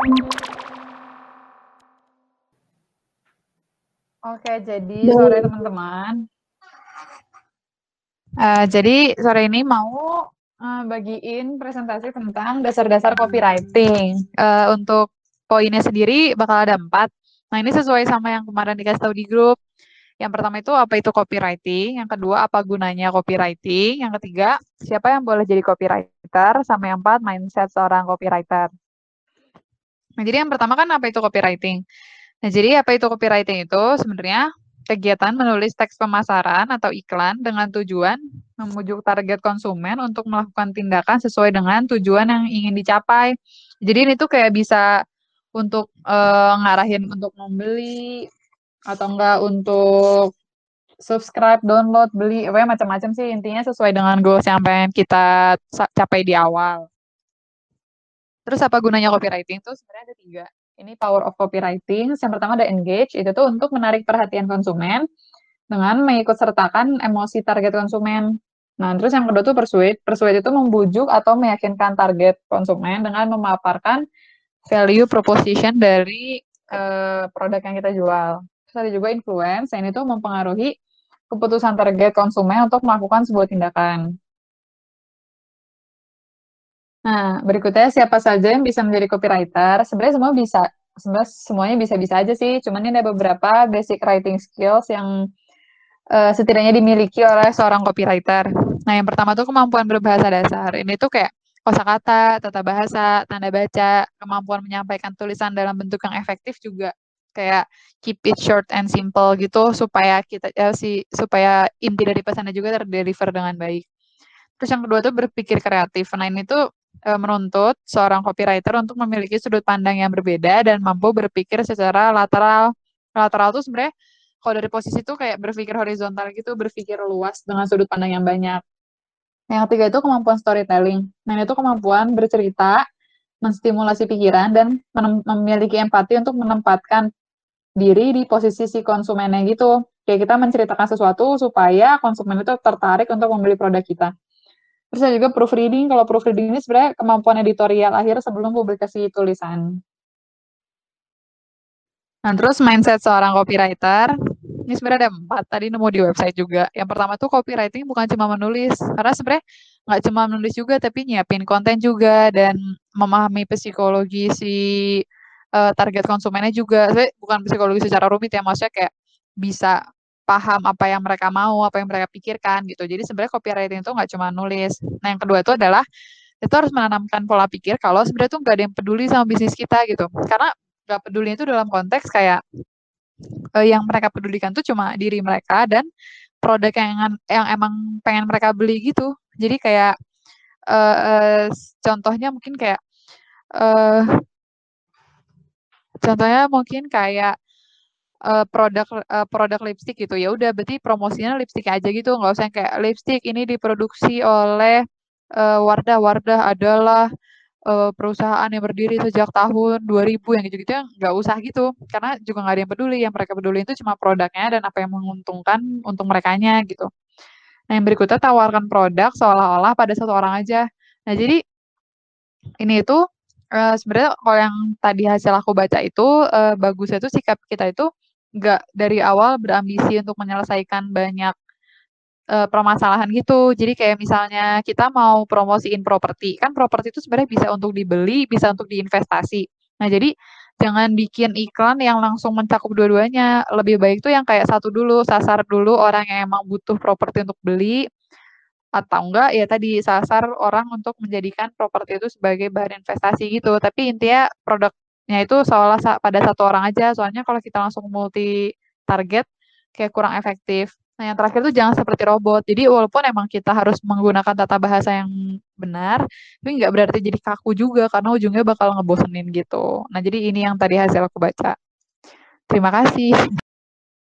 Oke, jadi sore Boleh. teman-teman. Jadi sore ini mau bagiin presentasi tentang dasar-dasar copywriting. Untuk poinnya sendiri bakal ada 4. Nah, ini sesuai sama yang kemarin dikasih tahu di grup. Yang pertama itu apa itu copywriting, yang kedua apa gunanya copywriting, yang ketiga siapa yang boleh jadi copywriter, sama yang keempat mindset seorang copywriter. Nah, jadi yang pertama kan apa itu copywriting? Nah, jadi apa itu copywriting itu sebenarnya kegiatan menulis teks pemasaran atau iklan dengan tujuan memujuk target konsumen untuk melakukan tindakan sesuai dengan tujuan yang ingin dicapai. Jadi ini tuh kayak bisa untuk ngarahin untuk membeli atau enggak untuk subscribe, download, beli, pokoknya macam-macam sih, intinya sesuai dengan goals yang pengen kita capai di awal. Terus apa gunanya copywriting tuh sebenarnya ada 3. Ini power of copywriting. Yang pertama ada engage, itu tuh untuk menarik perhatian konsumen dengan mengikut sertakan emosi target konsumen. Nah, terus yang kedua tuh persuade. Persuade itu membujuk atau meyakinkan target konsumen dengan memaparkan value proposition dari produk yang kita jual. Terus ada juga influence, yang itu mempengaruhi keputusan target konsumen untuk melakukan sebuah tindakan. Nah, berikutnya siapa saja yang bisa menjadi copywriter? Sebenarnya semua bisa. Sebenarnya semuanya bisa-bisa aja sih. Cuman ini ada beberapa basic writing skills yang setidaknya dimiliki oleh seorang copywriter. Nah, yang pertama tuh kemampuan berbahasa dasar. Ini tuh kayak kosakata, tata bahasa, tanda baca, kemampuan menyampaikan tulisan dalam bentuk yang efektif juga. Kayak keep it short and simple gitu supaya kita supaya inti dari pesannya juga terdeliver dengan baik. Terus yang kedua tuh berpikir kreatif. Nah, ini tuh menuntut seorang copywriter untuk memiliki sudut pandang yang berbeda dan mampu berpikir secara lateral. Lateral tuh sebenarnya kalau dari posisi tuh kayak berpikir horizontal gitu, berpikir luas dengan sudut pandang yang banyak. Yang ketiga itu kemampuan storytelling. Nah, itu kemampuan bercerita, menstimulasi pikiran, dan memiliki empati untuk menempatkan diri di posisi si konsumennya gitu. Kayak kita menceritakan sesuatu supaya konsumen itu tertarik untuk membeli produk kita. Terus ada juga proofreading. Kalau proofreading ini sebenarnya kemampuan editorial akhir sebelum publikasi tulisan. Nah, terus mindset seorang copywriter, ini sebenarnya ada 4, tadi nemu di website juga. Yang pertama tuh copywriting bukan cuma menulis, karena sebenarnya nggak cuma menulis juga, tapi nyiapin konten juga, dan memahami psikologi si target konsumennya juga. Sebenarnya bukan psikologi secara rumit ya, maksudnya kayak bisa paham apa yang mereka mau, apa yang mereka pikirkan gitu. Jadi sebenarnya copywriting itu nggak cuma nulis. Nah, yang kedua itu adalah itu harus menanamkan pola pikir kalau sebenarnya tuh nggak ada yang peduli sama bisnis kita gitu. Karena nggak peduli itu dalam konteks kayak yang mereka pedulikan tuh cuma diri mereka dan produk yang emang pengen mereka beli gitu. Jadi kayak uh, contohnya mungkin kayak uh, contohnya mungkin kayak produk lipstick gitu, ya udah berarti promosinya lipstick aja gitu, nggak usah yang kayak lipstick ini diproduksi oleh Wardah. Wardah adalah perusahaan yang berdiri sejak tahun 2000 yang gitu-gitu, yang nggak usah gitu, karena juga nggak ada yang peduli. Yang mereka peduli itu cuma produknya dan apa yang menguntungkan untuk merekanya gitu. Nah, yang berikutnya tawarkan produk seolah-olah pada satu orang aja. Nah, jadi ini itu sebenarnya kalau yang tadi hasil aku baca itu bagusnya itu sikap kita itu nggak dari awal berambisi untuk menyelesaikan banyak permasalahan gitu. Jadi kayak misalnya kita mau promosiin properti, kan properti itu sebenarnya bisa untuk dibeli, bisa untuk diinvestasi. Nah, jadi jangan bikin iklan yang langsung mencakup dua-duanya. Lebih baik tuh yang kayak satu dulu, sasar dulu orang yang emang butuh properti untuk beli, atau enggak ya tadi sasar orang untuk menjadikan properti itu sebagai bahan investasi gitu. Tapi intinya produknya itu seolah pada satu orang aja. Soalnya kalau kita langsung multi target kayak kurang efektif. Nah, yang terakhir tuh jangan seperti robot. Jadi walaupun emang kita harus menggunakan tata bahasa yang benar, tapi nggak berarti jadi kaku juga karena ujungnya bakal ngebosenin gitu. Nah, jadi ini yang tadi hasil aku baca. Terima kasih.